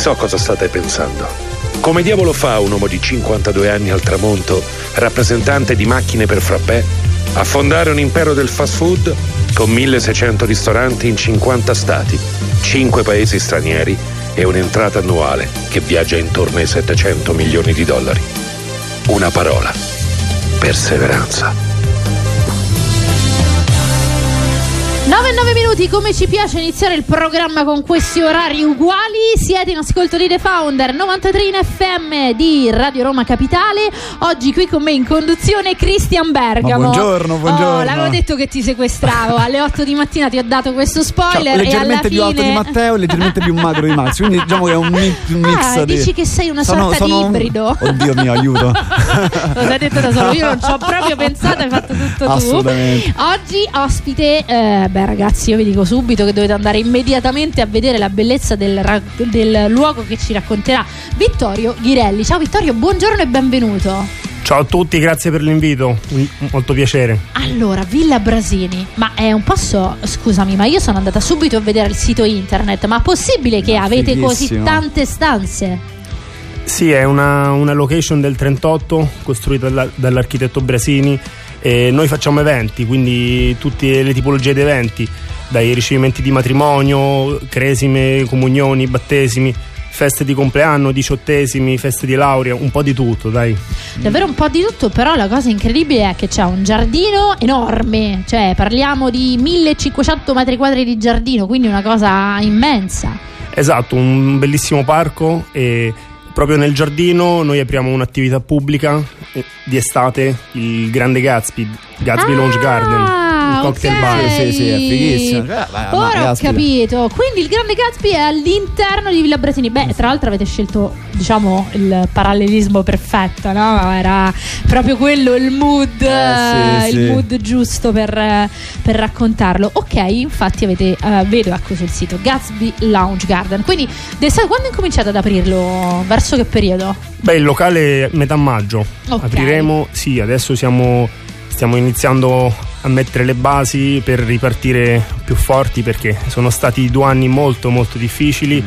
So cosa state pensando. Come diavolo fa un uomo di 52 anni al tramonto, rappresentante di macchine per frappè, a fondare un impero del fast food con 1600 ristoranti in 50 stati, 5 paesi stranieri e un'entrata annuale che viaggia intorno ai 700 milioni di dollari? Una parola: perseveranza. 9 minuti, come ci piace iniziare il programma con questi orari uguali. Siete in ascolto di The Founder 93 in FM di Radio Roma Capitale. Oggi qui con me in conduzione Cristian Bergamo. Buongiorno. L'avevo detto che ti sequestravo. Alle 8 di mattina ti ho dato questo spoiler. Leggermente e più alto di Matteo e leggermente più magro di Max. Quindi diciamo che è un mix di... dici che sei una sorta di ibrido? Oddio mio, aiuto. Lo sai detto da solo. Io non ci ho proprio pensato, hai fatto tutto tu. Assolutamente. Oggi ospite ragazzi, io vi dico subito che dovete andare immediatamente a vedere la bellezza del luogo che ci racconterà Vittorio Ghirelli. Ciao Vittorio, buongiorno e benvenuto. Ciao a tutti, grazie per l'invito, molto piacere. Allora, Villa Brasini, ma è un posto, scusami, ma io sono andata subito a vedere il sito internet, ma possibile che avete così tante stanze? Sì, è una location del 38 costruita dall'architetto Brasini. E noi facciamo eventi, quindi tutte le tipologie di eventi, dai ricevimenti di matrimonio, cresime, comunioni, battesimi, feste di compleanno, 18esimi, feste di laurea, un po' di tutto, dai. Davvero un po' di tutto, però la cosa incredibile è che c'è un giardino enorme, cioè parliamo di 1500 metri quadri di giardino, quindi una cosa immensa. Esatto, un bellissimo parco e proprio nel giardino noi apriamo un'attività pubblica di estate, il Grande Gatsby Lounge Garden, un cocktail bar. Sì, è fighissimo. Ora ho capito. Quindi il Grande Gatsby è all'interno di Villa Brasini. Beh, tra l'altro avete scelto, diciamo, il parallelismo perfetto, no? Era proprio quello il mood, il mood giusto per raccontarlo. Ok, infatti avete, vedo ecco sul sito Gatsby Lounge Garden. Quindi quando incominciate ad aprirlo? Verso che periodo? Beh, il locale metà maggio. Okay. Apriremo, sì, adesso stiamo iniziando a mettere le basi per ripartire più forti, perché sono stati 2 anni molto molto difficili,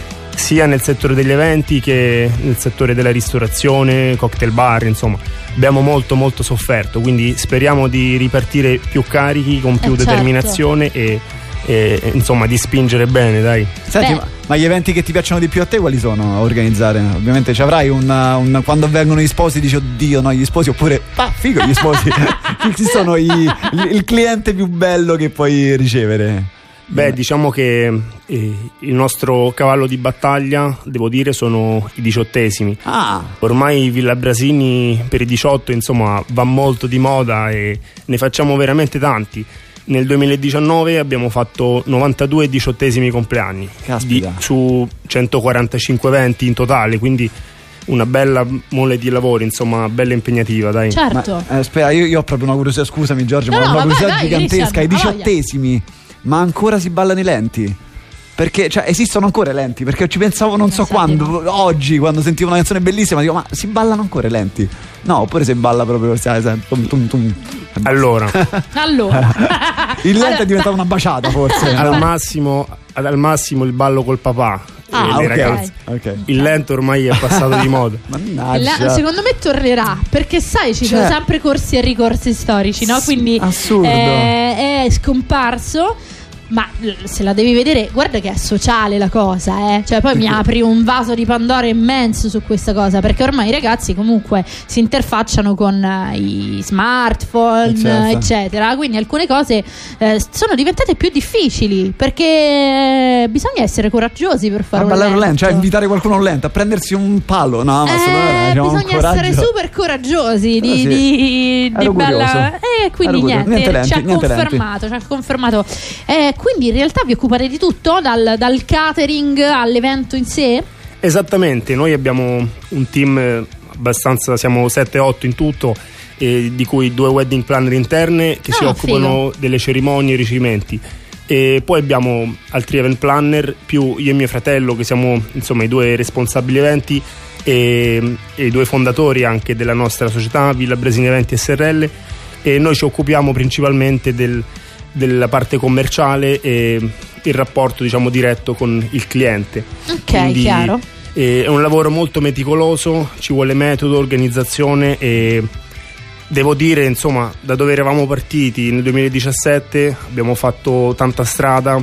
sia nel settore degli eventi che nel settore della ristorazione, cocktail bar, insomma abbiamo molto molto sofferto, quindi speriamo di ripartire più carichi, con più determinazione e insomma di spingere bene, dai. Senti, ma gli eventi che ti piacciono di più a te quali sono a organizzare? Ovviamente ci avrai un quando vengono gli sposi dici oddio no gli sposi, oppure figo gli sposi. Chi sono il cliente più bello che puoi ricevere? Beh, diciamo che il nostro cavallo di battaglia, devo dire, sono i 18esimi. Ormai Villa Brasini per i 18 insomma va molto di moda e ne facciamo veramente tanti. Nel 2019 abbiamo fatto 92 18esimi compleanni su 145 eventi in totale, quindi una bella mole di lavoro, insomma, bella impegnativa, dai. Certo. Spera, io ho proprio una curiosità, scusami Giorgio, ma una curiosità gigantesca. I 18esimi, ma ancora si ballano i lenti? Perché cioè esistono ancora i lenti? Perché ci pensavo non so quando, oggi quando sentivo una canzone bellissima dico ma si ballano ancora i lenti? No, oppure si balla proprio Allora il lento è diventato una baciata forse. Al massimo il ballo col papà. Le ragazze. Okay. Il lento ormai è passato di moda. Secondo me tornerà, perché sai ci sono sempre corsi e ricorsi storici, no? Quindi assurdo. È scomparso. Ma se la devi vedere, guarda che è sociale la cosa, Cioè poi mi apri un vaso di Pandora immenso su questa cosa, perché ormai i ragazzi comunque si interfacciano con i smartphone, eccetera. Quindi alcune cose sono diventate più difficili, perché bisogna essere coraggiosi per fare un lento. Cioè invitare qualcuno lento a prendersi un palo. No, bisogna essere super coraggiosi di bella. Quindi niente, ci ha confermato. Quindi in realtà vi occupate di tutto, dal catering all'evento in sé? Esattamente, noi abbiamo un team abbastanza, siamo 7-8 in tutto, di cui 2 wedding planner interne che si occupano delle cerimonie e ricevimenti, e poi abbiamo altri event planner più io e mio fratello che siamo insomma i 2 responsabili eventi e i 2 fondatori anche della nostra società Villa Brasini Eventi SRL, e noi ci occupiamo principalmente della parte commerciale e il rapporto, diciamo, diretto con il cliente. Ok, quindi, chiaro. È un lavoro molto meticoloso, ci vuole metodo, organizzazione e devo dire, insomma, da dove eravamo partiti nel 2017 abbiamo fatto tanta strada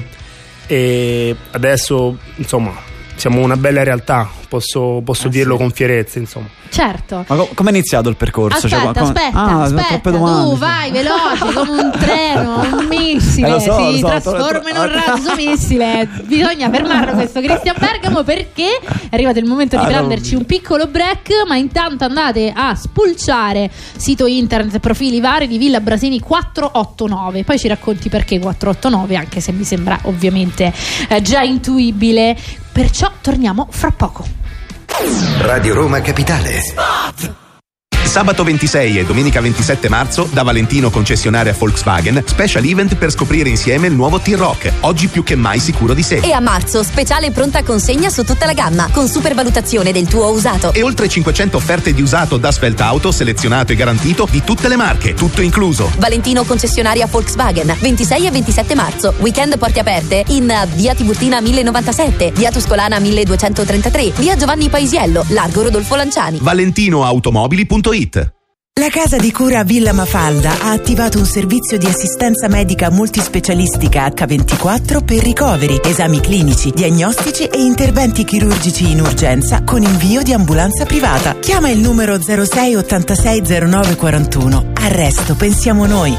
e adesso, insomma, siamo una bella realtà, posso dirlo con fierezza, insomma. Certo. Ma come è iniziato il percorso? Aspetta, tu vai veloce come un treno, un missile, si trasforma in un razzo missile. Bisogna fermare questo Cristian Bergamo perché è arrivato il momento di prenderci un piccolo break, ma intanto andate a spulciare sito internet, profili vari di Villa Brasini 489, poi ci racconti perché 489, anche se mi sembra ovviamente già intuibile. Perciò torniamo fra poco. Radio Roma Capitale. Spot! Sabato 26 e domenica 27 marzo da Valentino concessionaria Volkswagen, special event per scoprire insieme il nuovo T-Roc, oggi più che mai sicuro di sé. E a marzo speciale pronta consegna su tutta la gamma, con supervalutazione del tuo usato. E oltre 500 offerte di usato da Sfelt Auto, selezionato e garantito di tutte le marche, tutto incluso. Valentino concessionaria Volkswagen, 26 e 27 marzo, weekend porte aperte in via Tiburtina 1097, via Tuscolana 1233, via Giovanni Paisiello, largo Rodolfo Lanciani. ValentinoAutomobili.it. La casa di cura Villa Mafalda ha attivato un servizio di assistenza medica multispecialistica H24 per ricoveri, esami clinici, diagnostici e interventi chirurgici in urgenza con invio di ambulanza privata. Chiama il numero 06 86 09 41. Al resto pensiamo noi.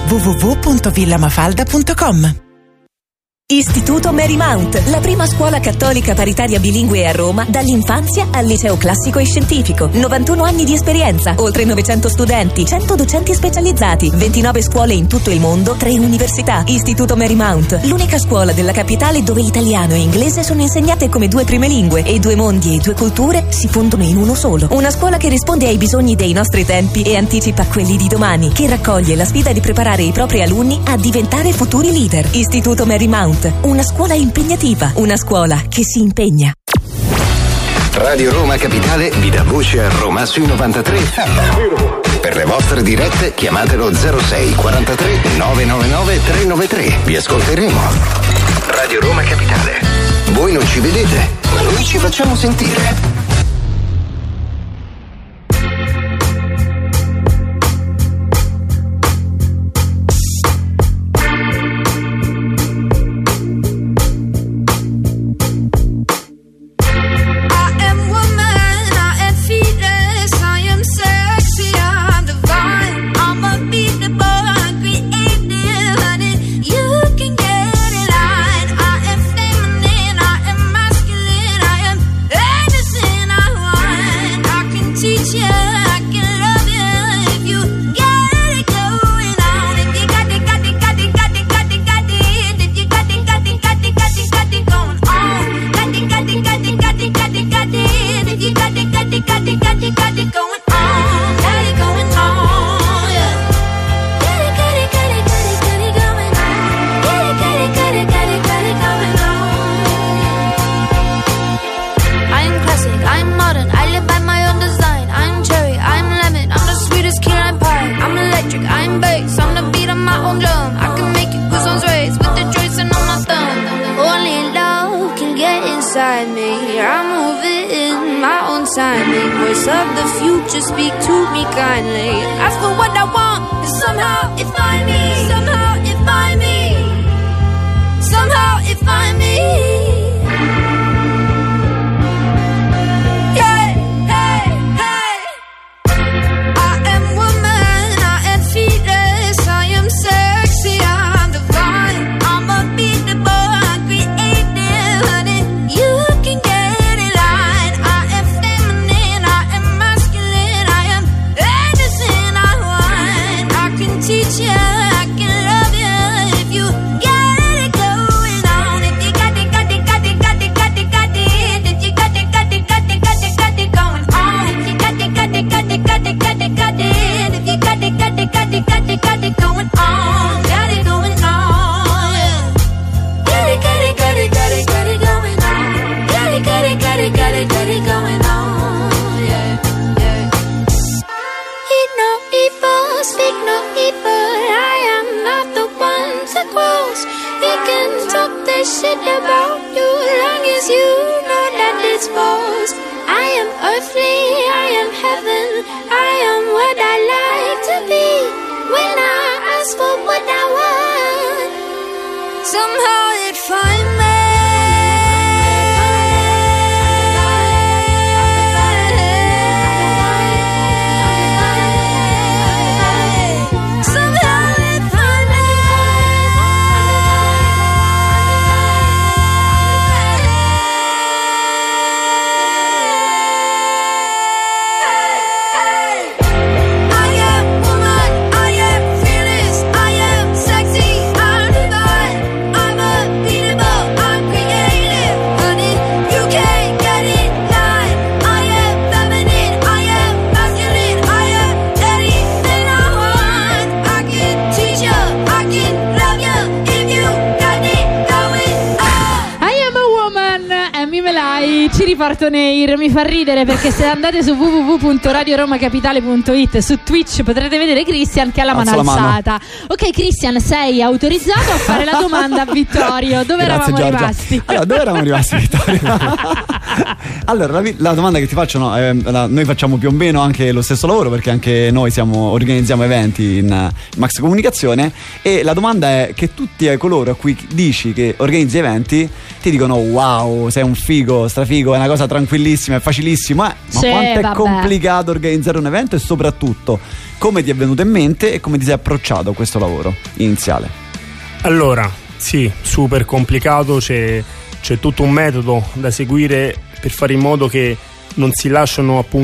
www.villamafalda.com. Istituto Marymount, la prima scuola cattolica paritaria bilingue a Roma dall'infanzia al liceo classico e scientifico. 91 anni di esperienza, oltre 900 studenti, 100 docenti specializzati, 29 scuole in tutto il mondo, 3 università. Istituto Marymount, l'unica scuola della capitale dove italiano e inglese sono insegnate come 2 prime lingue e 2 mondi e 2 culture si fondono in uno solo. Una scuola che risponde ai bisogni dei nostri tempi e anticipa quelli di domani, che raccoglie la sfida di preparare i propri alunni a diventare futuri leader. Istituto Marymount, una scuola impegnativa, una scuola che si impegna. Radio Roma Capitale vi dà voce a Roma sui 93. Per le vostre dirette chiamatelo 06 43 999 393. Vi ascolteremo. Radio Roma Capitale. Voi non ci vedete, ma noi ci facciamo sentire. said about you, long as you know that it's false. I am earthly, I am heaven, I am what I like to be. When I ask for what I want, somehow it find me. Ci riparto Neir, mi fa ridere perché se andate su www.radioromacapitale.it su Twitch potrete vedere Christian che ha la mano alzata. Ok Christian, sei autorizzato a fare la domanda a Vittorio. Dove eravamo rimasti? Allora, dove eravamo rimasti Vittorio? Allora, la domanda che ti faccio, noi facciamo più o meno anche lo stesso lavoro perché anche noi organizziamo eventi in Max Comunicazione, e la domanda è che tutti coloro a cui dici che organizzi eventi ti dicono wow, sei un figo, strafigo, è una cosa tranquillissima, è facilissima, ma quanto è complicato organizzare un evento, e soprattutto come ti è venuto in mente e come ti sei approcciato a questo lavoro iniziale? Allora, sì, super complicato, c'è tutto un metodo da seguire per fare in modo che non si lascia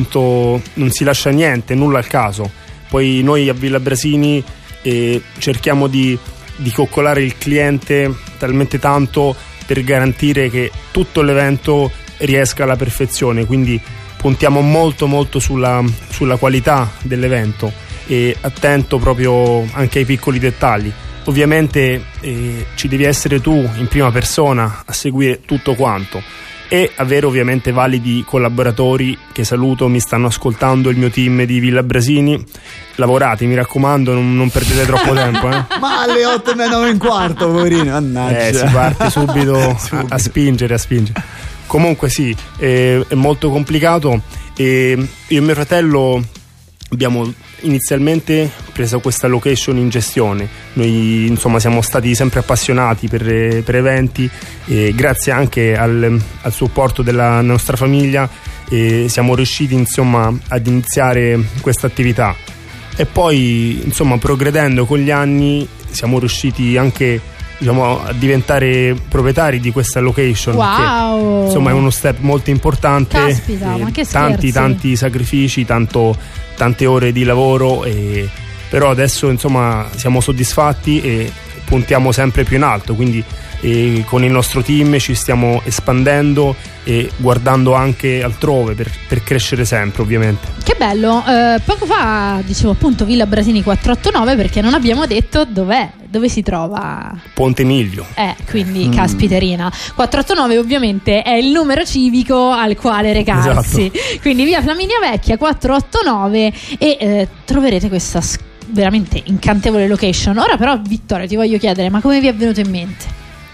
niente, nulla al caso. Poi noi a Villa Brasini cerchiamo di coccolare il cliente talmente tanto per garantire che tutto l'evento riesca alla perfezione, quindi puntiamo molto molto sulla qualità dell'evento e attento proprio anche ai piccoli dettagli. Ovviamente ci devi essere tu in prima persona a seguire tutto quanto e avere ovviamente validi collaboratori, che saluto, mi stanno ascoltando, il mio team di Villa Brasini. Lavorate, mi raccomando, non perdete troppo tempo. Ma alle 8:09, poverino, mannaggia. Si parte subito a spingere. Comunque sì, è molto complicato, e io e mio fratello abbiamo inizialmente preso questa location in gestione. Noi insomma siamo stati sempre appassionati per eventi, e grazie anche al supporto della nostra famiglia siamo riusciti insomma ad iniziare questa attività, e poi insomma progredendo con gli anni siamo riusciti anche a diventare proprietari di questa location. Wow. Che insomma è uno step molto importante. Caspita, ma che tanti sacrifici, tante ore di lavoro, però adesso insomma siamo soddisfatti e puntiamo sempre più in alto, quindi con il nostro team ci stiamo espandendo e guardando anche altrove per crescere sempre, ovviamente. Che bello. Poco fa dicevo appunto Villa Brasini 489, perché non abbiamo detto dove si trova Ponte Miglio. Quindi caspiterina. 489 ovviamente è il numero civico al quale recarsi. Esatto. Quindi via Flaminia Vecchia 489 e troverete questa veramente incantevole location. Ora però Vittorio ti voglio chiedere, ma come vi è venuto in mente?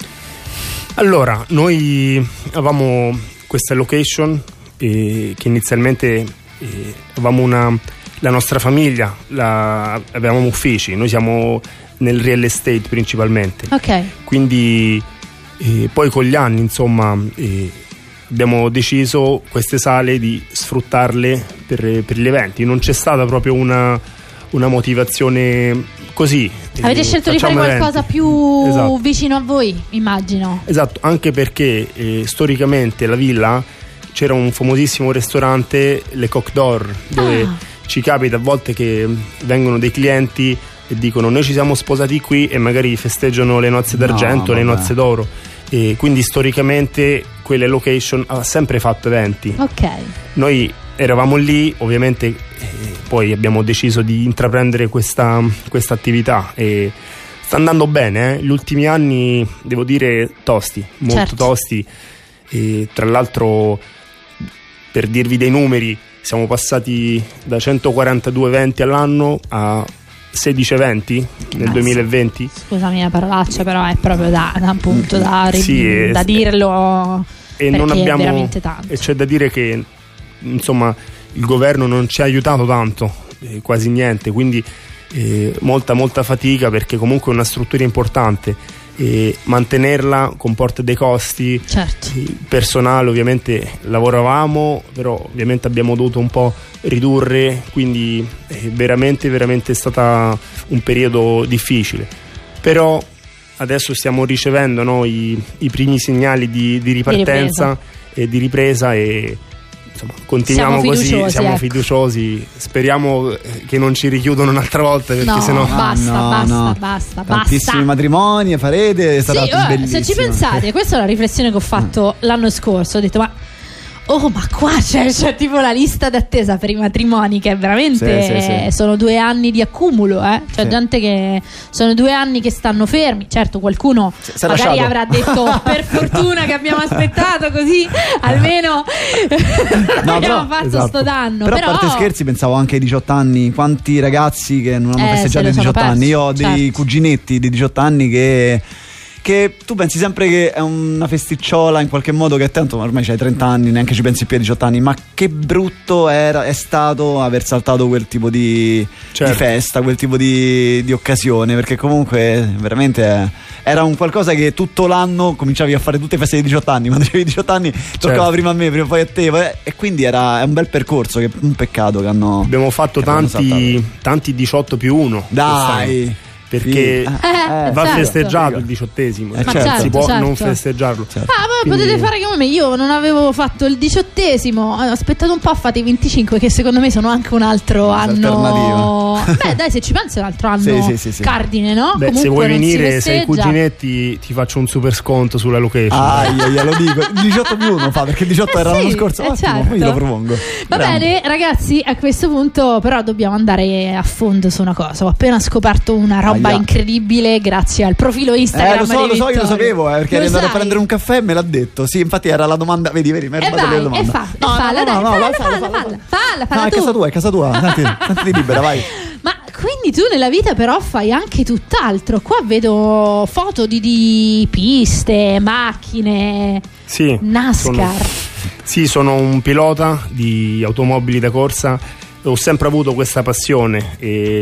Allora, noi avevamo questa location che inizialmente avevamo la nostra famiglia, avevamo uffici, noi siamo nel real estate principalmente. Ok. Quindi poi con gli anni insomma abbiamo deciso queste sale di sfruttarle per gli eventi. Non c'è stata proprio una motivazione così. Avete scelto di fare qualcosa più vicino a voi, immagino. Esatto, anche perché storicamente la villa c'era un famosissimo ristorante, Le Coq d'Or, dove ci capita a volte che vengono dei clienti e dicono noi ci siamo sposati qui, e magari festeggiano le nozze d'argento, le nozze d'oro, e quindi storicamente quelle location ha sempre fatto eventi. Ok. Noi eravamo lì, ovviamente poi abbiamo deciso di intraprendere questa attività e sta andando bene. Gli ultimi anni devo dire tosti, molto tosti, e tra l'altro, per dirvi dei numeri, siamo passati da 142 eventi all'anno a 16-20 nel 2020. Scusami la parolaccia, però è proprio da appunto da dirlo, e non abbiamo, è veramente tanto. E c'è da dire che insomma il governo non ci ha aiutato tanto, quasi niente, quindi molta fatica, perché comunque è una struttura importante e mantenerla comporta dei costi. Certo. Personale, ovviamente lavoravamo, però ovviamente abbiamo dovuto un po' ridurre, quindi veramente è stato un periodo difficile, però adesso stiamo ricevendo, no, i primi segnali di ripartenza e di ripresa, e insomma continuiamo così, siamo fiduciosi, speriamo che non ci richiudono un'altra volta, perché sennò basta. Tantissimi matrimoni farete, sarà bellissimo. Se ci pensate, questa è una riflessione che ho fatto l'anno scorso, ho detto ma qua c'è tipo la lista d'attesa per i matrimoni, che è veramente sono 2 anni di accumulo, cioè gente che sono 2 anni che stanno fermi. Certo, qualcuno magari avrà detto per fortuna che abbiamo aspettato, così almeno abbiamo fatto sto danno. Però a parte scherzi, pensavo anche ai 18 anni, quanti ragazzi che non hanno festeggiato i 18 anni. Io ho dei cuginetti di 18 anni che tu pensi sempre che è una festicciola in qualche modo, che tanto ormai c'hai 30 anni, neanche ci pensi più a 18 anni, ma che brutto è stato aver saltato quel tipo di festa, quel tipo di occasione, perché comunque veramente era un qualcosa che tutto l'anno cominciavi a fare tutte le feste di 18 anni, quando avevi 18 anni toccava prima a me, prima poi a te, e quindi è un bel percorso, che un peccato che abbiamo fatto tanti 18+1. Dai, perché va festeggiato il 18esimo, si può non festeggiarlo. Voi potete fare come me, io non avevo fatto il 18esimo, ho aspettato un po', fate i 25, che secondo me sono anche un altro anno. Beh dai, se ci pensi è un altro anno cardine, no? Beh, se vuoi venire, sei cuginetti, ti faccio un super sconto sulla location. Glielo dico, il 18+1 fa, perché il 18 era l'anno scorso. Ottimo, io lo propongo. Va bene ragazzi, a questo punto però dobbiamo andare a fondo su una cosa. Ho appena scoperto una roba incredibile grazie al profilo Instagram. Lo so, io lo sapevo, perché eri andato a prendere un caffè e me l'ha detto. Sì, infatti era la domanda, vedi, mi hai rubato la domanda. Falla, è casa tua. Senti libera, vai. Ma quindi tu nella vita però fai anche tutt'altro. Qua vedo foto di piste, macchine, NASCAR. Sono un pilota di automobili da corsa. Ho sempre avuto questa passione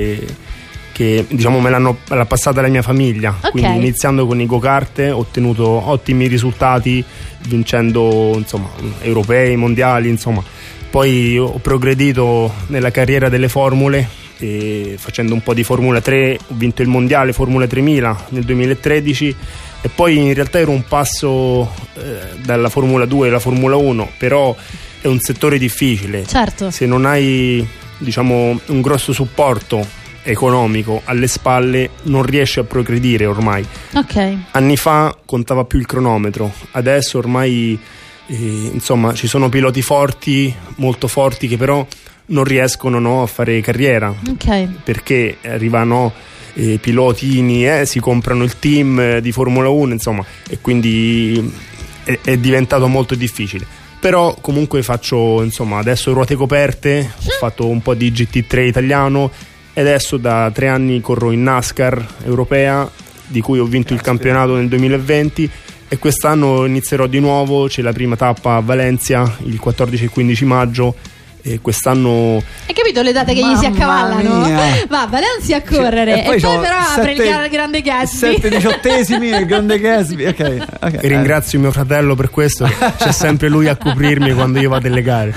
che diciamo me l'ha passata la mia famiglia, quindi iniziando con i go-kart ho ottenuto ottimi risultati, vincendo insomma europei, mondiali, insomma. Poi ho progredito nella carriera delle formule, facendo un po' di Formula 3, ho vinto il mondiale Formula 3000 nel 2013, e poi in realtà ero un passo dalla Formula 2 alla Formula 1, però è un settore difficile. Certo. Se non hai, diciamo, un grosso supporto economico alle spalle, non riesce a progredire ormai. Anni fa contava più il cronometro, adesso ormai insomma ci sono piloti forti, molto forti, che però non riescono a fare carriera, perché arrivano pilotini, si comprano il team di Formula 1, insomma, e quindi è diventato molto difficile. Però comunque faccio, insomma, adesso ruote coperte, ho fatto un po' di GT3 italiano, e adesso da 3 anni corro in NASCAR europea, di cui ho vinto il campionato nel 2020, e quest'anno inizierò di nuovo. C'è la prima tappa a Valencia il 14 e 15 maggio, e quest'anano. Hai capito le date che gli si accavallano? Va a Valencia a correre, e poi però apre il Grande Gatsby. 7 18esimi e il Grande Gatsby. Okay. Ringrazio mio fratello per questo, c'è sempre lui a coprirmi quando io vado alle gare.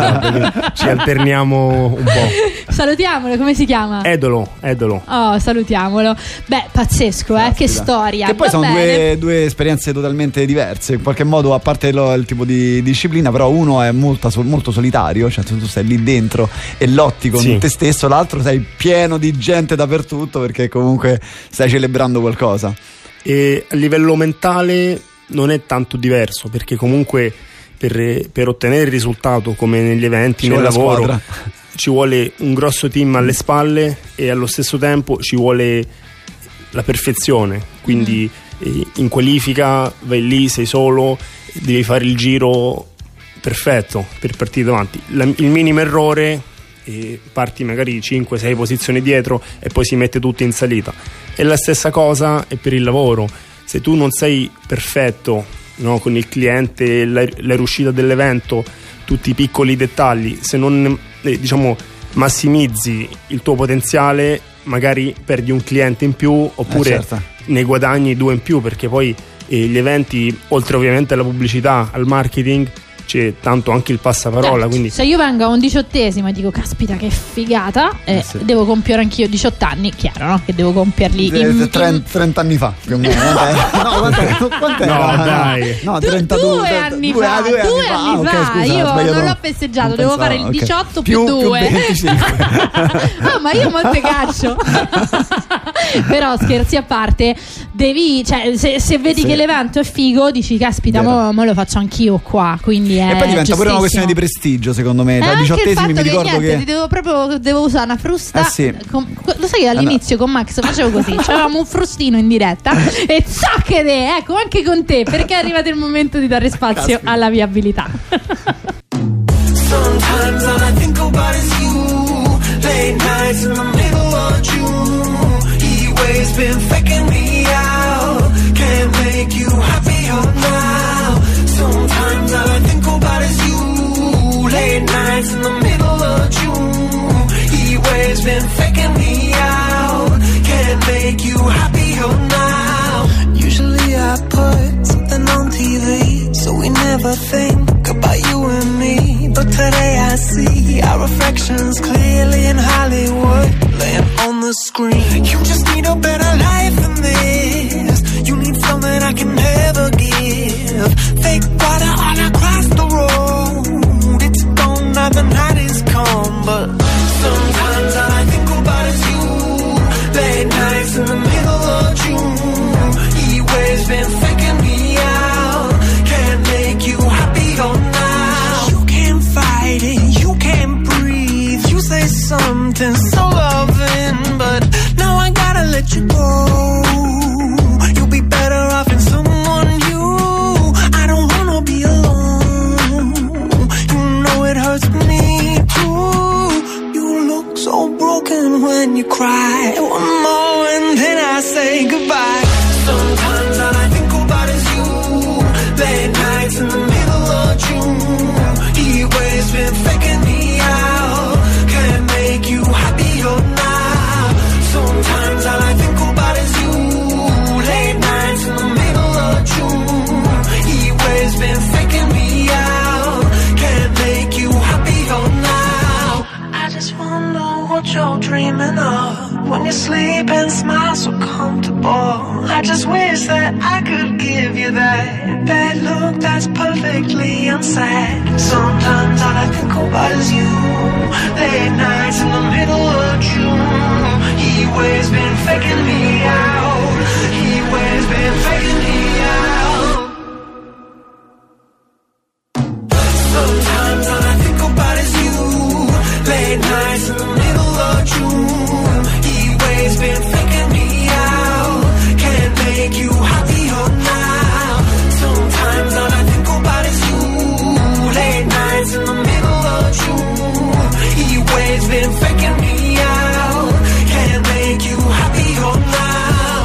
Ci alterniamo un po'. Salutiamolo, come si chiama? Edolo. Oh, salutiamolo. Beh, pazzesco, che storia. Che poi sono due esperienze totalmente diverse, in qualche modo, a parte il tipo di disciplina, però uno è molto solitario, cioè tu stai lì dentro e lotti con te stesso, l'altro sei pieno di gente dappertutto, perché comunque stai celebrando qualcosa. E a livello mentale non è tanto diverso, perché comunque per ottenere il risultato, come negli eventi, nel lavoro, ci vuole un grosso team alle spalle, e allo stesso tempo ci vuole la perfezione, quindi in qualifica vai lì, sei solo, devi fare il giro perfetto per partire davanti. Il minimo errore e parti magari 5-6 posizioni dietro e poi si mette tutto in salita. E la stessa cosa è per il lavoro. Se tu non sei perfetto, no, con il cliente, la riuscita dell'evento, tutti i piccoli dettagli, se non massimizzi il tuo potenziale, magari perdi un cliente in più, oppure ne guadagni 2 in più, perché poi gli eventi, oltre ovviamente alla pubblicità, al marketing, c'è tanto anche il passaparola. Quindi se io vengo a un 18esimo e dico caspita che figata, devo compiere anch'io 18 anni, chiaro, no? Che devo compierli 30 anni fa più o meno. Dai. No, 32 2 anni fa. Okay, io non l'ho festeggiato, devo fare il 18 più 2. No, ma io molte caccio. Però scherzi a parte, devi, cioè, se vedi che l'evento è figo, dici caspita, mo lo faccio anch'io qua, quindi e poi diventa pure una questione di prestigio, secondo me. Dai 18esimi mi ricordo che devo usare una frusta. Lo sai che all'inizio con Max facevo così, c'avevamo un frustino in diretta e zacchete, ecco, anche con te, perché è arrivato il momento di dare spazio alla viabilità. Sometimes all I think about is you. Late nights in the middle of June. He waves been faking me out. Can't make you happier now. Sometimes all I think about is you. Late nights in the middle of June. He waves been faking me out. Can't make you happier now. Usually I put something on TV, so we never think about you and me. But today I see our reflections clearly in Hollywood, laying on the screen. You just need a better life than this. You need something I can never give. Fake water all across the road. It's gone now, the night is come. But sometimes all I think about is you. Late nights in the middle of June. He waves been faking me out. Can't make you happier now. You can't fight it, you can't breathe. You say something so loving, but now I gotta let you go. You'll be better off in someone new. I don't wanna be alone. You know it hurts me too. You look so broken when you cry. One more and then I say goodbye. Sometimes all I think about is you. Late nights in the middle of June. He waves been faking me out. Can't make you happier now. Sometimes all I think about is you. Late nights in the middle of June. He waves been faking me out. Can't make you happier now. I just wonder what you're dreaming of when you sleep and smile so comfortable. I just wish that I could give you that bad look that's perfectly unsaid. Sometimes all I think about is you. Late nights in the middle of June. He waves been faking me out. He waves been faking me out. Sometimes all I think about is you. Late nights in the middle of June. He waves been faking me out. Can't make you happier now. Sometimes all I think about is you. Late nights in the middle of June. He waves been faking me out. Can't make you happier now.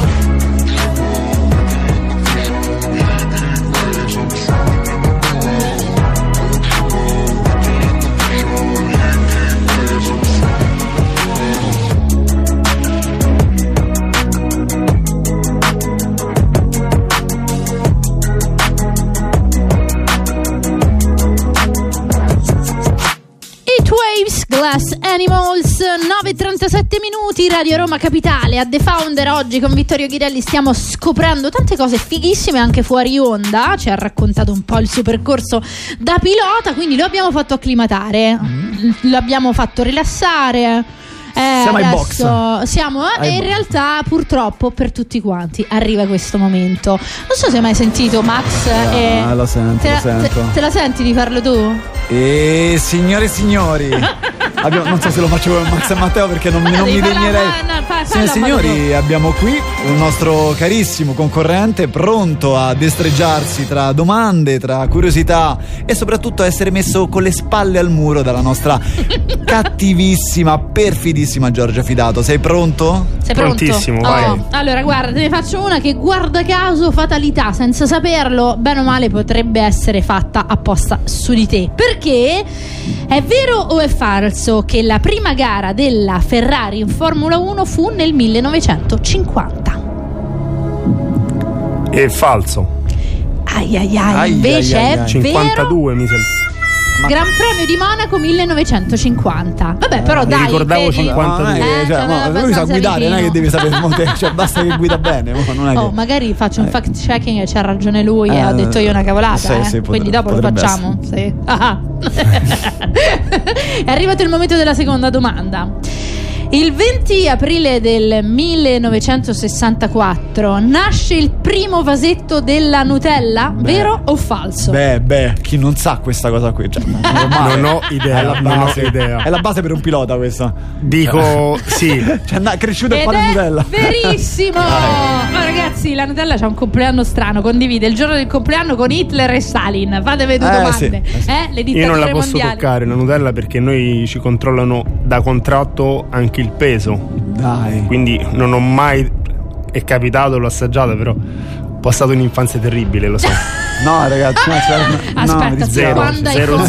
Glass Animals, 9:37 minuti, Radio Roma Capitale. A The Founder oggi con Vittorio Ghirelli stiamo scoprendo tante cose fighissime anche fuori onda. Ci ha raccontato un po' il suo percorso da pilota, quindi lo abbiamo fatto acclimatare, l'abbiamo fatto rilassare. Siamo ai box. E in realtà purtroppo per tutti quanti arriva questo momento. Non so se hai mai sentito Max. Lo sento. Te la senti di farlo tu? Signore e signori, non so se lo facevo con Max e Matteo perché non mi degnerei. Signori e signori, abbiamo qui un nostro carissimo concorrente pronto a destreggiarsi tra domande, tra curiosità e soprattutto a essere messo con le spalle al muro dalla nostra cattivissima, perfidissima Giorgia Fidato. Sei pronto? Sei pronto? Prontissimo, vai. Allora, guarda, te ne faccio una che, guarda caso, fatalità, senza saperlo, bene o male potrebbe essere fatta apposta su di te. Perché è vero o è falso che la prima gara della Ferrari in Formula 1 fu nel 1950? È falso. Invece è 52 mi sembra. Gran Premio di Monaco 1950. Vabbè, però dai, ricordavo 52. Lui sa guidare, non è che devi sapere, cioè basta che guida bene. Non è che... magari faccio un fact checking e c'ha ragione lui e ho detto io una cavolata. Quindi dopo lo facciamo. Sì. È arrivato il momento della seconda domanda. Il 20 aprile del 1964 nasce il primo vasetto della Nutella, vero o falso? Chi non sa questa cosa qui? Cioè, non ho idea. È la base per un pilota questa. Dico sì. Cioè, cresciuto a fare Nutella. Verissimo! Ma ragazzi, la Nutella c'ha un compleanno strano. Condivide il giorno del compleanno con Hitler e Stalin. Fatevi due domande. Le dittature Io non la posso mondiali. toccare la Nutella perché noi ci controllano da contratto anche il peso. Dai. Quindi non ho mai, è capitato, l'ho assaggiata, però ho passato un'infanzia terribile, lo so. No ragazzi, aspetta, zero, quando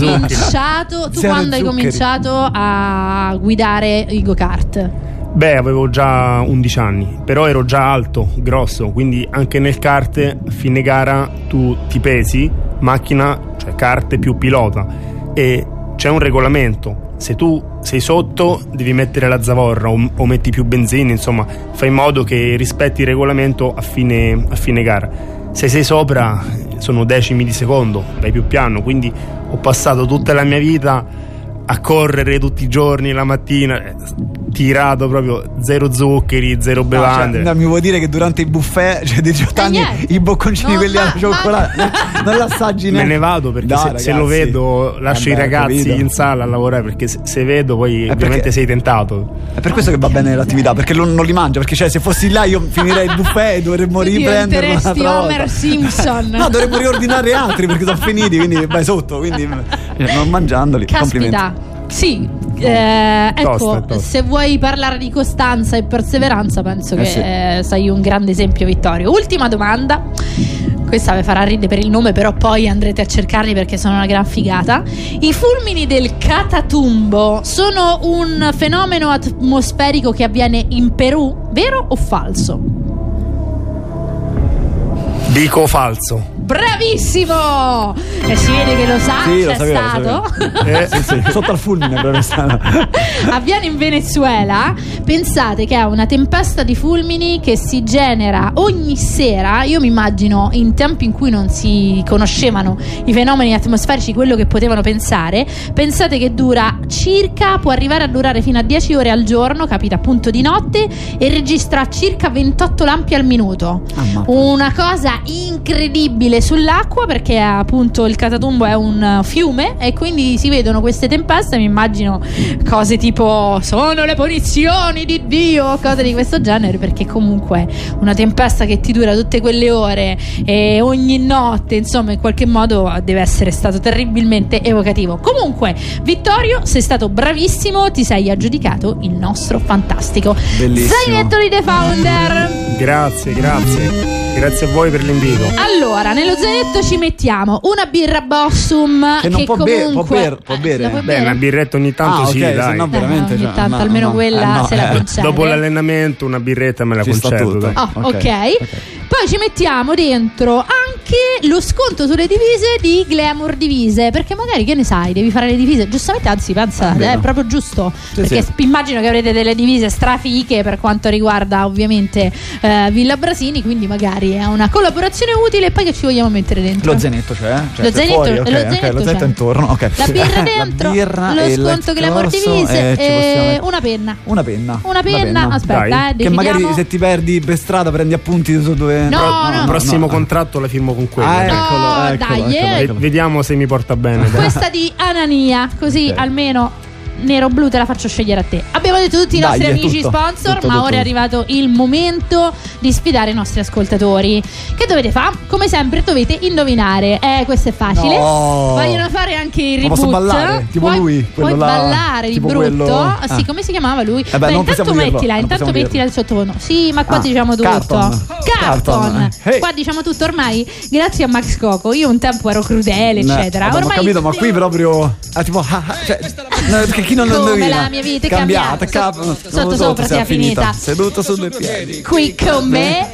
hai cominciato a guidare i go-kart? Avevo già 11 anni, però ero già alto, grosso, quindi anche nel kart a fine gara tu ti pesi, macchina, cioè kart più pilota, e c'è un regolamento. Se tu sei sotto devi mettere la zavorra o metti più benzina, insomma fai in modo che rispetti il regolamento a fine gara. Se sei sopra sono decimi di secondo, vai più piano, quindi ho passato tutta la mia vita a correre tutti i giorni la mattina, tirato proprio, zero zuccheri, zero bevande. Mi vuoi dire che durante i buffet, cioè di 18 anni, i bocconcini quelli alla cioccolata non l'assaggi neanche? Me ne vado perché se lo vedo lascio i ragazzi in sala a lavorare, perché se vedo poi ovviamente sei tentato. È per questo che va bene l'attività, perché non li mangia, perché se fossi là io finirei il buffet e dovremmo riprenderlo un'altra volta. Homer Simpson. No, dovremmo riordinare altri perché sono finiti, quindi vai sotto, quindi non mangiandoli. Caspita. Sì, ecco, tosta. Se vuoi parlare di costanza e perseveranza, penso che sei un grande esempio, Vittorio. Ultima domanda. Questa vi farà ridere per il nome, però poi andrete a cercarli perché sono una gran figata. I fulmini del Catatumbo sono un fenomeno atmosferico che avviene in Perù, vero o falso? Dico falso. Bravissimo! E si vede che lo sa, c'è stato. Sì, sotto al fulmine proprio stato. Avviene in Venezuela. Pensate che è una tempesta di fulmini che si genera ogni sera. Io mi immagino in tempi in cui non si conoscevano i fenomeni atmosferici quello che potevano pensare. Pensate che può arrivare a durare fino a 10 ore al giorno, capita appunto di notte, e registra circa 28 lampi al minuto. Una cosa incredibile sull'acqua, perché appunto il Catatumbo è un fiume e quindi si vedono queste tempeste. Mi immagino cose tipo sono le punizioni di Dio, cose di questo genere, perché comunque una tempesta che ti dura tutte quelle ore e ogni notte, insomma, in qualche modo deve essere stato terribilmente evocativo. Comunque, Vittorio, sei stato bravissimo, ti sei aggiudicato il nostro fantastico zainetto di The Founder. Grazie a voi per l'invito. Allora, nello zainetto ci mettiamo una birra Bossum che non può bere. Beh, una birretta ogni tanto sì, dai. Se no veramente ogni tanto almeno quella se la concede. Dopo l'allenamento una birretta me la concedo. Ok. Poi ci mettiamo dentro anche lo sconto sulle divise di Glamour Divise, perché magari, che ne sai, devi fare le divise, giustamente, anzi pensa, è proprio giusto, perché immagino che avrete delle divise strafiche per quanto riguarda ovviamente Villa Brasini, quindi magari è una collaborazione utile. E poi che ci vogliamo mettere dentro? Lo zainetto, cioè lo zainetto intorno, ok. La birra dentro, lo sconto Glamour Divise e una penna. Aspetta, che magari se ti perdi per strada prendi appunti su dove. No. Il prossimo contratto la firmo con quello. Eccolo. Vediamo se mi porta bene. Questa di Anania, così almeno nero-blu te la faccio scegliere a te. Abbiamo detto tutti i nostri amici sponsor, ma ora è arrivato il momento di sfidare i nostri ascoltatori. Che dovete fare? Come sempre dovete indovinare. Questo è facile. Vogliono fare anche il reboot. Posso ballare? Tipo lui, puoi là, ballare di brutto. Quello... Sì, come si chiamava lui? Beh, intanto mettila il sottofondo. Sì, ma qua diciamo tutto. Carton. Hey. Qua diciamo tutto ormai. Grazie a Max Coco. Io un tempo ero crudele, eccetera. Ormai ho capito, ma qui proprio tipo cioè, perché chi non lo indovina? Come la mia vita è cambiata. Sotto sopra sia finita. Seduto su due piedi. Qui con me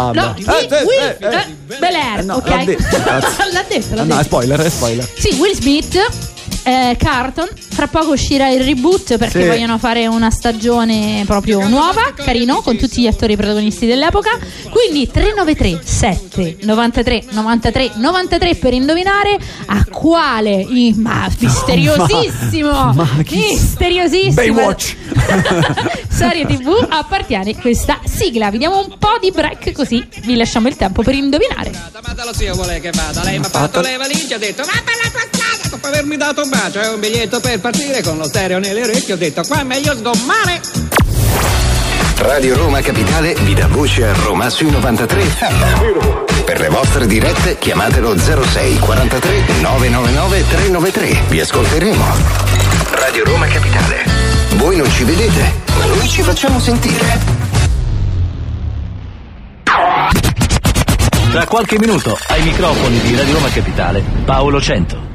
Bel Air, ok? L'ha detto. No, è spoiler. Sì, Will Smith, Carton. Fra poco uscirà il reboot perché vogliono fare una stagione proprio nuova, carino, con tutti gli attori protagonisti dell'epoca. Quindi 393 7 93 93 93 per indovinare a quale misteriosissimo Baywatch serie TV appartiene questa sigla. Vi diamo un po' di break così vi lasciamo il tempo per indovinare. Ma lo zio vuole che vada, lei mi ha fatto le valigie, ha detto va per la tua strada dopo avermi dato un bacio e un biglietto per partire con lo stereo nelle orecchie, ho detto qua è meglio sgommare. Radio Roma Capitale vi dà voce a Roma sui 93. Per le vostre dirette chiamatelo 06 43 999 393. Vi ascolteremo. Radio Roma Capitale. Voi non ci vedete, ma noi ci facciamo sentire. Tra qualche minuto ai microfoni di Radio Roma Capitale Paolo Cento.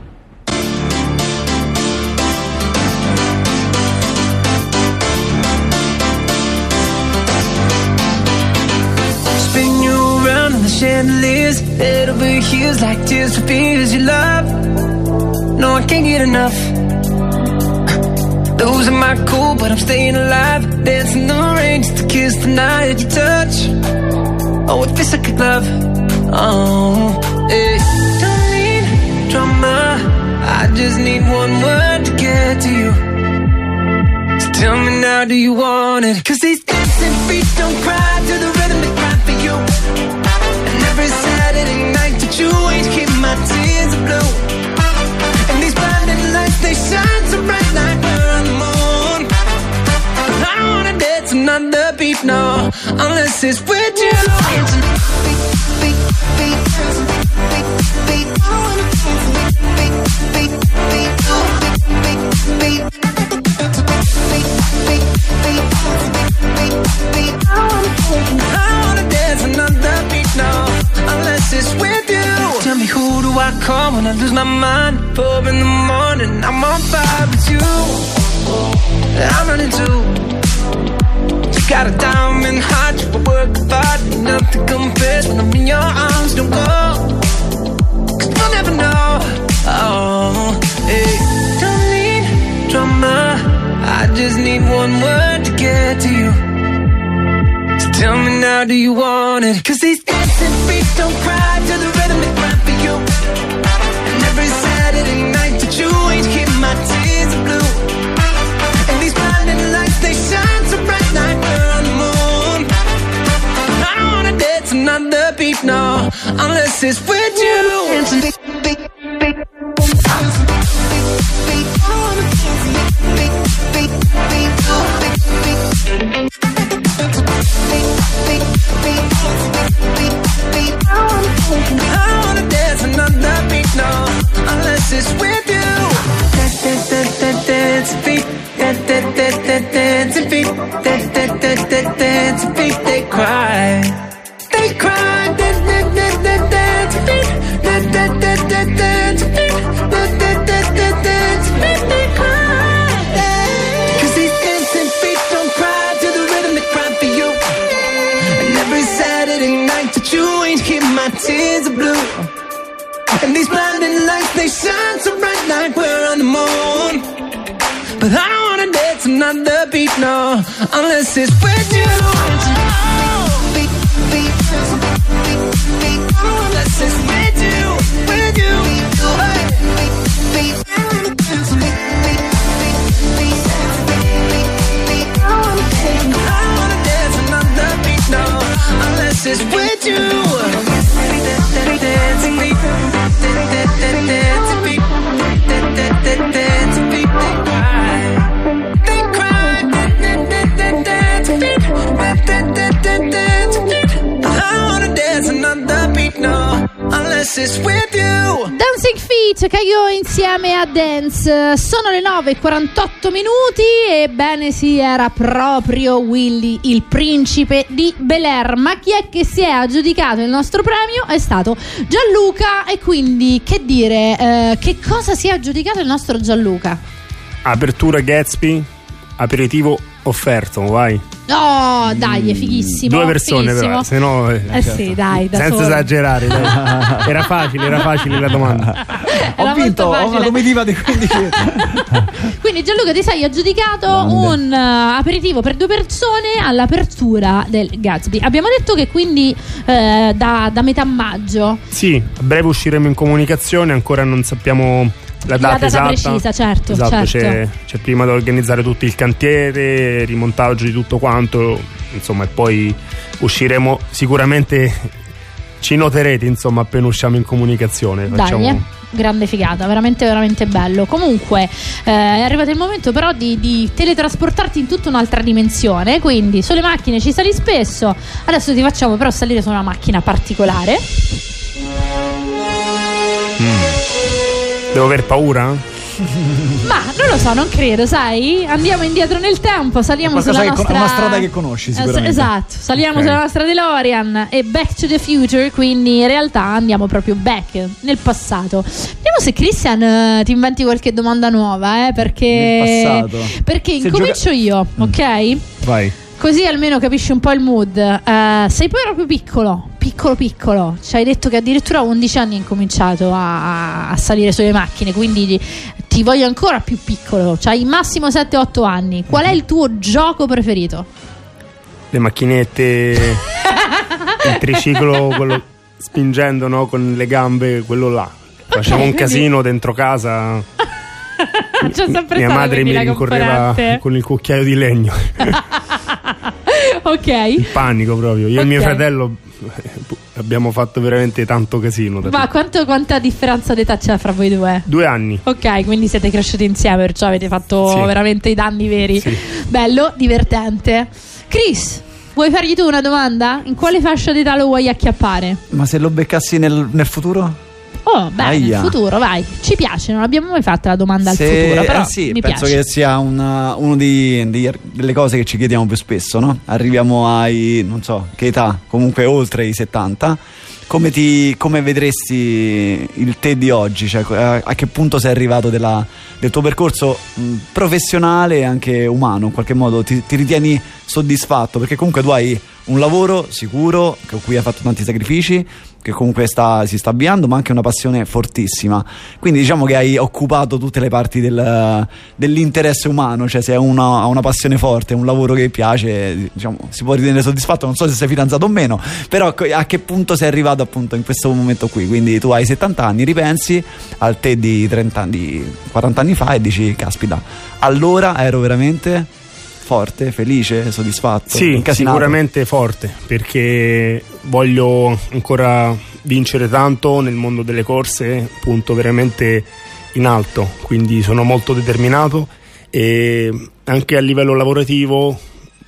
Spin you around in the chandeliers, head over heels like tears for fears you love. No, I can't get enough. Losing my cool, but I'm staying alive. Dancing the rain just to kiss the night you touch. Oh, it feels like a glove. Oh, hey. Don't need drama, I just need one word to get to you. So tell me now, do you want it? 'Cause these dancing feet don't cry to the rhythm they cry for you. And every Saturday night that you ain't keep my tears are blue. And these blinding lights, they shine so bright like we're on the moon. I don't wanna dance another beat, no, unless it's with you. Tell me, who do I call when I lose my mind? 4 in the morning, I'm on fire with you. I'm running too. You got a diamond heart, you work hard, nothing compares when I'm in your arms. Don't go, 'cause you'll never know. Oh, hey. Don't need drama, I just need one word to get to you. So tell me now, do you want it? 'Cause these dancing feet don't cry to the rhythm they cry for you. And every Saturday night that you ain't keep my tears are blue. And these blinding lights, they shine so bright like we're on the moon. I don't wanna dance another beat, no, unless it's with you. I wanna dance another beat, no, unless it's with you. Dance beat, dance beat, dance beat. They cry, they cry. Dance beat, dance beat, they cry. 'Cause these dancing feet don't cry to the rhythm they cry for you. And every Saturday night that you ain't keep my tears are blue. And these blinding lights, they shine so bright like we're on the moon. But I don't wanna dance another beat, no, unless it's with you. Unless it's with you, with you. I wanna dance another beat, no, unless it's with you. Dancing beat, dancing beat, dancing beat, they cry. Kate Caio insieme a Dance. Sono le 9:48 ebbene sì, era proprio Willy, il principe di Bel-Air. Ma chi è che si è aggiudicato il nostro premio? È stato Gianluca. E quindi che dire, che cosa si è aggiudicato il nostro Gianluca? Apertura Gatsby, aperitivo offerto, vai. Oh, dai, è fighissimo. 2 persone, fighissimo. però, se no. Sì, dai, da senza solo. esagerare, dai. Era facile la domanda. Ho vinto, ho una comitiva di 15. Quindi Gianluca, ti sei aggiudicato un aperitivo per 2 persone all'apertura del Gatsby. Abbiamo detto che quindi da metà maggio. Sì, a breve usciremo in comunicazione, ancora non sappiamo la data esatta. Precisa, certo, esatto, certo. C'è prima da organizzare tutto il cantiere, rimontaggio di tutto quanto, insomma, e poi usciremo sicuramente, ci noterete, insomma, appena usciamo in comunicazione. Dai, grande figata, veramente veramente bello. Comunque è arrivato il momento però di teletrasportarti in tutta un'altra dimensione. Quindi sulle macchine ci sali spesso, adesso ti facciamo però salire su una macchina particolare. Devo aver paura? Ma non lo so, non credo, sai? Andiamo indietro nel tempo, saliamo sulla nostra... una strada che conosci sicuramente. Esatto, saliamo sulla nostra DeLorean e Back to the Future, quindi in realtà andiamo proprio back, nel passato. Vediamo se Christian ti inventi qualche domanda nuova, perché... Nel passato. Perché incomincio io, ok? Vai. Così almeno capisci un po' il mood. Sei poi proprio piccolo. Ci hai detto che addirittura a 11 anni hai incominciato a salire sulle macchine, quindi ti voglio ancora più piccolo. C'hai massimo 7-8 anni. Qual è il tuo gioco preferito? Le macchinette, il triciclo, quello spingendo, no, con le gambe, quello là. Facciamo un casino dentro casa. Mia madre mi rincorreva con il cucchiaio di legno. Ok. Il panico proprio. Io e mio fratello abbiamo fatto veramente tanto casino. Ma quanta differenza d'età c'è fra voi due? 2 anni. Ok, quindi siete cresciuti insieme, perciò avete fatto veramente i danni veri. Sì. Bello, divertente. Chris, vuoi fargli tu una domanda? In quale fascia d'età lo vuoi acchiappare? Ma se lo beccassi nel futuro? Oh, beh, nel futuro, vai. Ci piace, non abbiamo mai fatto la domanda al futuro, però sì, mi penso piace. che sia una delle cose che ci chiediamo più spesso, no? Arriviamo ai, non so, che età, comunque oltre i 70. Come vedresti il te di oggi? Cioè, a che punto sei arrivato del tuo percorso professionale e anche umano? In qualche modo ti ritieni soddisfatto? Perché comunque tu hai un lavoro sicuro, con cui hai fatto tanti sacrifici, che comunque si sta avviando, ma anche una passione fortissima. Quindi diciamo che hai occupato tutte le parti dell'interesse umano. Cioè, se hai una passione forte, un lavoro che piace, diciamo, si può ritenere soddisfatto. Non so se sei fidanzato o meno, però a che punto sei arrivato appunto in questo momento qui? Quindi tu hai 70 anni, ripensi al te di 30 anni, di 40 anni fa e dici, caspita, allora ero veramente forte, felice, soddisfatto? Sì, incasinato? Sicuramente forte, perché voglio ancora vincere tanto nel mondo delle corse, punto veramente in alto, quindi sono molto determinato e anche a livello lavorativo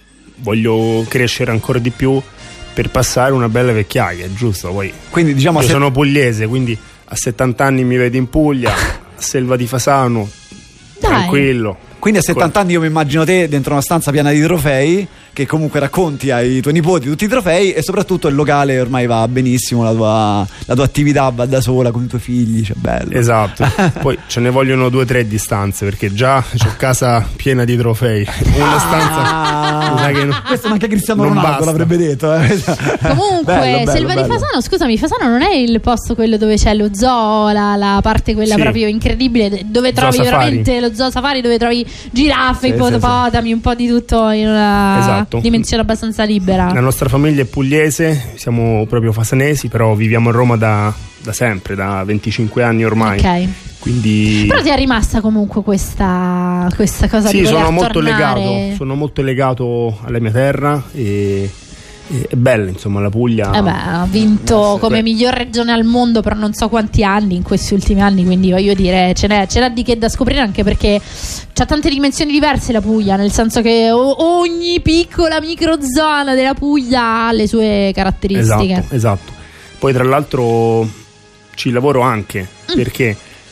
voglio crescere ancora di più per passare una bella vecchiaia, giusto? Poi quindi diciamo io sono pugliese, quindi a 70 anni mi vedi in Puglia, a Selva di Fasano, tranquillo. Quindi a 70 anni io mi immagino te dentro una stanza piena di trofei, che comunque racconti ai tuoi nipoti tutti i trofei, e soprattutto il locale ormai va benissimo, la tua attività va da sola con i tuoi figli, cioè bello. Esatto. Poi ce ne vogliono 2 o 3 distanze, perché già c'ho casa piena di trofei. Una stanza che questo anche Cristiano Ronaldo l'avrebbe detto. Comunque bello, Selva di Fasano, scusami, Fasano non è il posto quello dove c'è lo zoo, la parte quella proprio incredibile, dove trovi veramente lo zoo safari, dove trovi giraffe, ippopotami, un po' di tutto in una dimensione abbastanza libera. La nostra famiglia è pugliese, siamo proprio fasanesi, però viviamo a Roma da sempre, da 25 anni ormai. Ok. Quindi... Però ti è rimasta comunque questa cosa di voler tornare? Sono molto legato alla mia terra e è bella, insomma, la Puglia. Ha vinto come miglior regione al mondo per non so quanti anni in questi ultimi anni, quindi voglio dire ce n'è di che da scoprire, anche perché c'ha tante dimensioni diverse la Puglia, nel senso che ogni piccola microzona della Puglia ha le sue caratteristiche. Esatto. Poi tra l'altro ci lavoro anche perché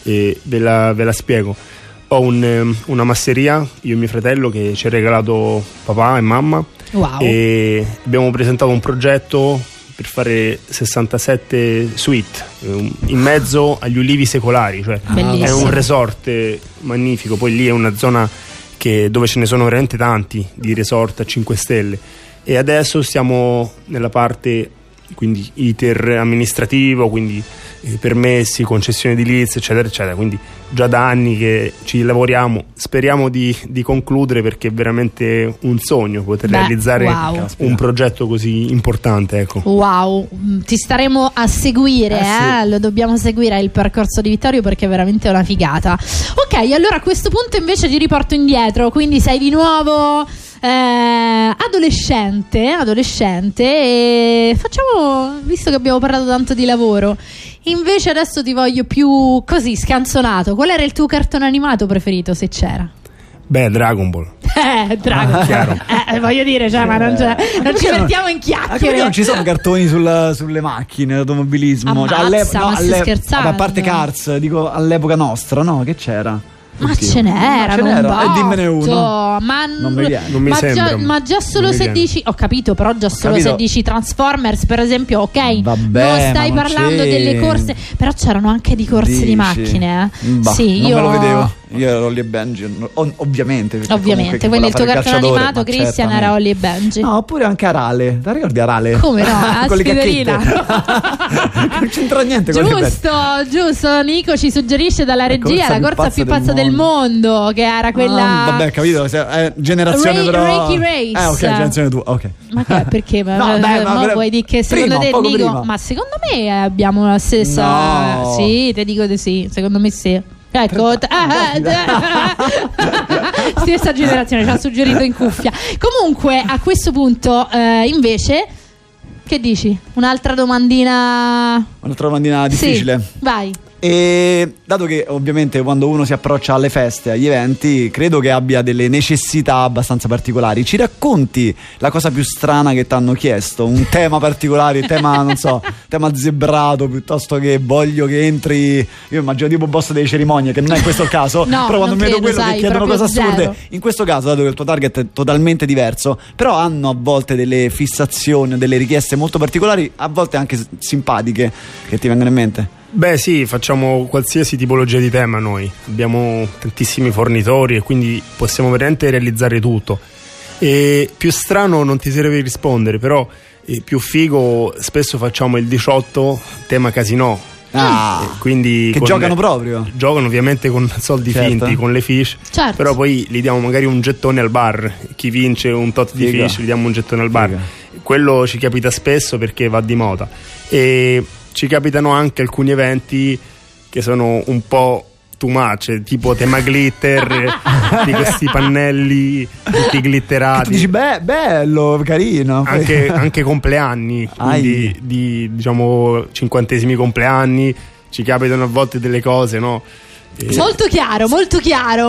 ve la spiego. Ho una masseria, io e mio fratello, che ci ha regalato papà e mamma. Wow. E abbiamo presentato un progetto per fare 67 suite in mezzo agli ulivi secolari, cioè è un resort magnifico. Poi lì è una zona dove ce ne sono veramente tanti di resort a 5 stelle, e adesso stiamo nella parte quindi iter amministrativo, quindi permessi, concessioni edilizie, eccetera eccetera. Quindi già da anni che ci lavoriamo, speriamo di concludere, perché è veramente un sogno poter realizzare un progetto così importante, ecco. Wow, ti staremo a seguire, sì. Lo dobbiamo seguire il percorso di Vittorio, perché è veramente una figata. Ok, allora a questo punto invece ti riporto indietro, quindi sei di nuovo adolescente, e facciamo, visto che abbiamo parlato tanto di lavoro, invece adesso ti voglio più così scanzonato. Qual era il tuo cartone animato preferito, se c'era? Beh, Dragon Ball. Dragon Ball. Voglio dire, cioè, ma non ci mettiamo in chiacchiere. Perché non ci sono cartoni sulle macchine, l'automobilismo? Ammazza, ma stai scherzando? A parte Cars, dico all'epoca nostra, no? Che c'era? Ma ce n'erano un botto. Dimmene uno. Non mi sembra. Ma già solo se dici, ho capito, però già solo se dici Transformers, per esempio, ok. Vabbè, non stai parlando delle corse, però c'erano anche di corse di macchine, Sì, non me lo vedevo. Io ero Holly e Benji, ovviamente. Quindi il tuo cartone animato, Christian, era Holly e Benji. No, oppure anche Arale. Ti ricordi Arale? Come no? Con le cacchette. Non c'entra niente con giusto. Nico ci suggerisce dalla regia la corsa più pazza del mondo, che era quella. Vabbè, capito. Generazione però. Ricky Race. Ok, generazione tua. Ok. Ma perché? No, vuoi dire che secondo te, Nico? Prima. Ma secondo me abbiamo la stessa. No. Sì, ti dico di sì. Secondo me sì. Ecco, stessa generazione, ci ha suggerito in cuffia. Comunque, a questo punto, invece, che dici? Un'altra domandina difficile? Sì, vai. E dato che ovviamente quando uno si approccia alle feste, agli eventi, credo che abbia delle necessità abbastanza particolari. Ci racconti la cosa più strana che ti hanno chiesto? Un tema particolare, tema zebrato, piuttosto che voglio che entri. Io immagino tipo boss delle cerimonie, che non è questo il caso. No, però quando vedo quello sai, che chiedono cose assurde, zero. in questo caso, dato che il tuo target è totalmente diverso, però hanno a volte delle fissazioni, delle richieste molto particolari, a volte anche simpatiche, che ti vengono in mente. Beh sì, facciamo qualsiasi tipologia di tema noi, abbiamo tantissimi fornitori e quindi possiamo veramente realizzare tutto. E più strano non ti serve rispondere, però più figo spesso facciamo il 18 tema casino. Quindi che giocano proprio? Giocano ovviamente con soldi finti, con le fish, però poi gli diamo magari un gettone al bar. Chi vince un tot di fish gli diamo un gettone al bar. Quello ci capita spesso perché va di moda. E ci capitano anche alcuni eventi che sono un po' too much, tipo tema glitter, di questi pannelli tutti glitterati. Dici bello, carino. Anche compleanni, quindi di diciamo 50esimi compleanni, ci capitano a volte delle cose, no? Molto chiaro, molto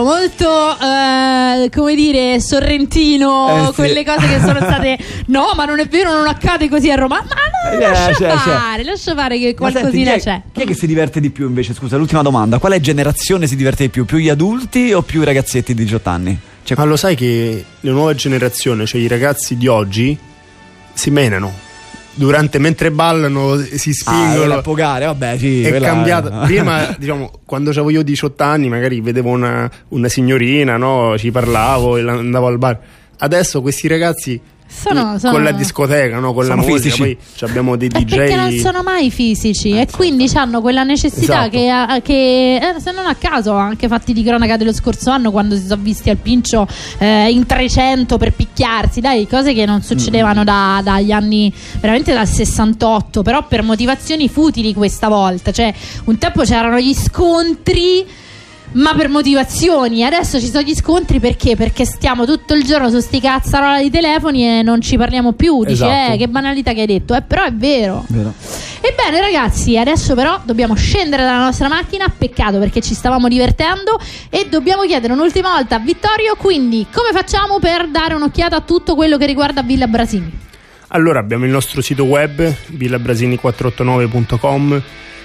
come dire, sorrentino, quelle cose che sono state. No, ma non è vero, non accade così a Roma. Ma lascia fare che qualcosina c'è. Chi è che si diverte di più invece? Scusa, l'ultima domanda: quale generazione si diverte di più? Più gli adulti o più i ragazzetti di 18 anni? Ma lo sai che le nuove generazioni, cioè i ragazzi di oggi, si menano mentre ballano, si spingono. Vabbè, sì, è cambiato. Prima, diciamo, quando avevo io 18 anni, magari vedevo una signorina, no? Ci parlavo e andavo al bar. Adesso questi ragazzi con la discoteca, no? Con la musica, fisici. Poi abbiamo dei DJ. Perché non sono mai fisici e quindi hanno quella necessità che se non a caso anche fatti di cronaca dello scorso anno, quando si sono visti al Pincio in 300 per picchiarsi, cose che non succedevano dagli anni, veramente dal 68, però per motivazioni futili questa volta. Cioè, un tempo c'erano gli scontri, ma per motivazioni. Adesso ci sono gli scontri perché stiamo tutto il giorno su sti cazzarola di telefoni e non ci parliamo più. Dici, che banalità che hai detto, però è vero. Ebbene ragazzi, adesso però dobbiamo scendere dalla nostra macchina. Peccato, perché ci stavamo divertendo, e dobbiamo chiedere un'ultima volta a Vittorio, quindi come facciamo per dare un'occhiata a tutto quello che riguarda Villa Brasini? Allora, abbiamo il nostro sito web villabrasini489.com,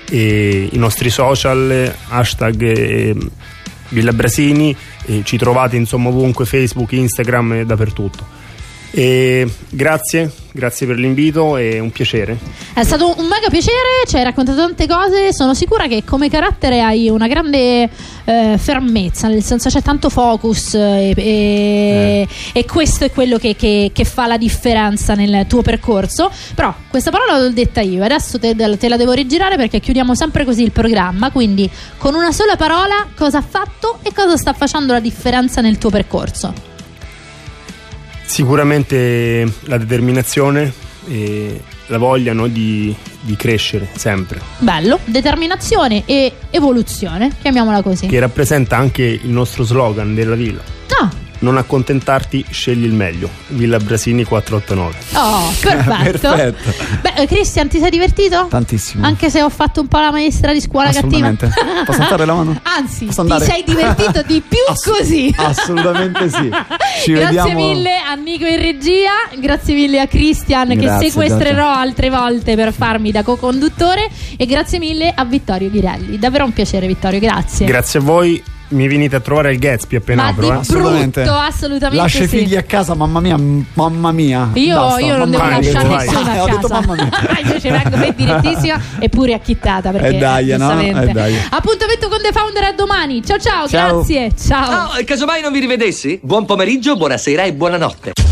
e i nostri social, hashtag Villa Brasini, ci trovate insomma ovunque, Facebook, Instagram e dappertutto. E grazie per l'invito, è un piacere. È stato un mega piacere, ci hai raccontato tante cose, sono sicura che come carattere hai una grande fermezza, nel senso c'è tanto focus e questo è quello che fa la differenza nel tuo percorso. Però questa parola l'ho detta io, adesso te la devo rigirare perché chiudiamo sempre così il programma, quindi con una sola parola cosa ha fatto e cosa sta facendo la differenza nel tuo percorso? Sicuramente la determinazione e la voglia, no, di crescere sempre. Bello, determinazione e evoluzione, chiamiamola così. Che rappresenta anche il nostro slogan della villa. Non accontentarti, scegli il meglio. Villa Brasini 489. Oh, perfetto. Perfetto. Beh, Cristian, ti sei divertito? Tantissimo. Anche se ho fatto un po' la maestra di scuola Assolutamente. cattiva. Posso alzare la mano? Anzi, ti sei divertito di più così. Assolutamente sì. Ci Grazie vediamo. mille a Nico in regia, grazie mille a Cristian che Grazie, sequestrerò Giorgia. altre volte per farmi da co-conduttore, e grazie mille a Vittorio Ghirelli. Davvero un piacere, Vittorio, grazie. Grazie a voi. Mi venite a trovare al Gatsby appena apro. Assolutamente. Assolutamente Lascia i sì. figli a casa, mamma mia. Io non devo lasciare nessuno a casa. Ho detto mamma mia. Invece vengo per direttissima eppure acchittata perché giustamente. Dai. Appuntamento con The Founder a domani. Ciao, Ciao. grazie. Ciao. Casomai non vi rivedessi? Buon pomeriggio, buonasera e buonanotte.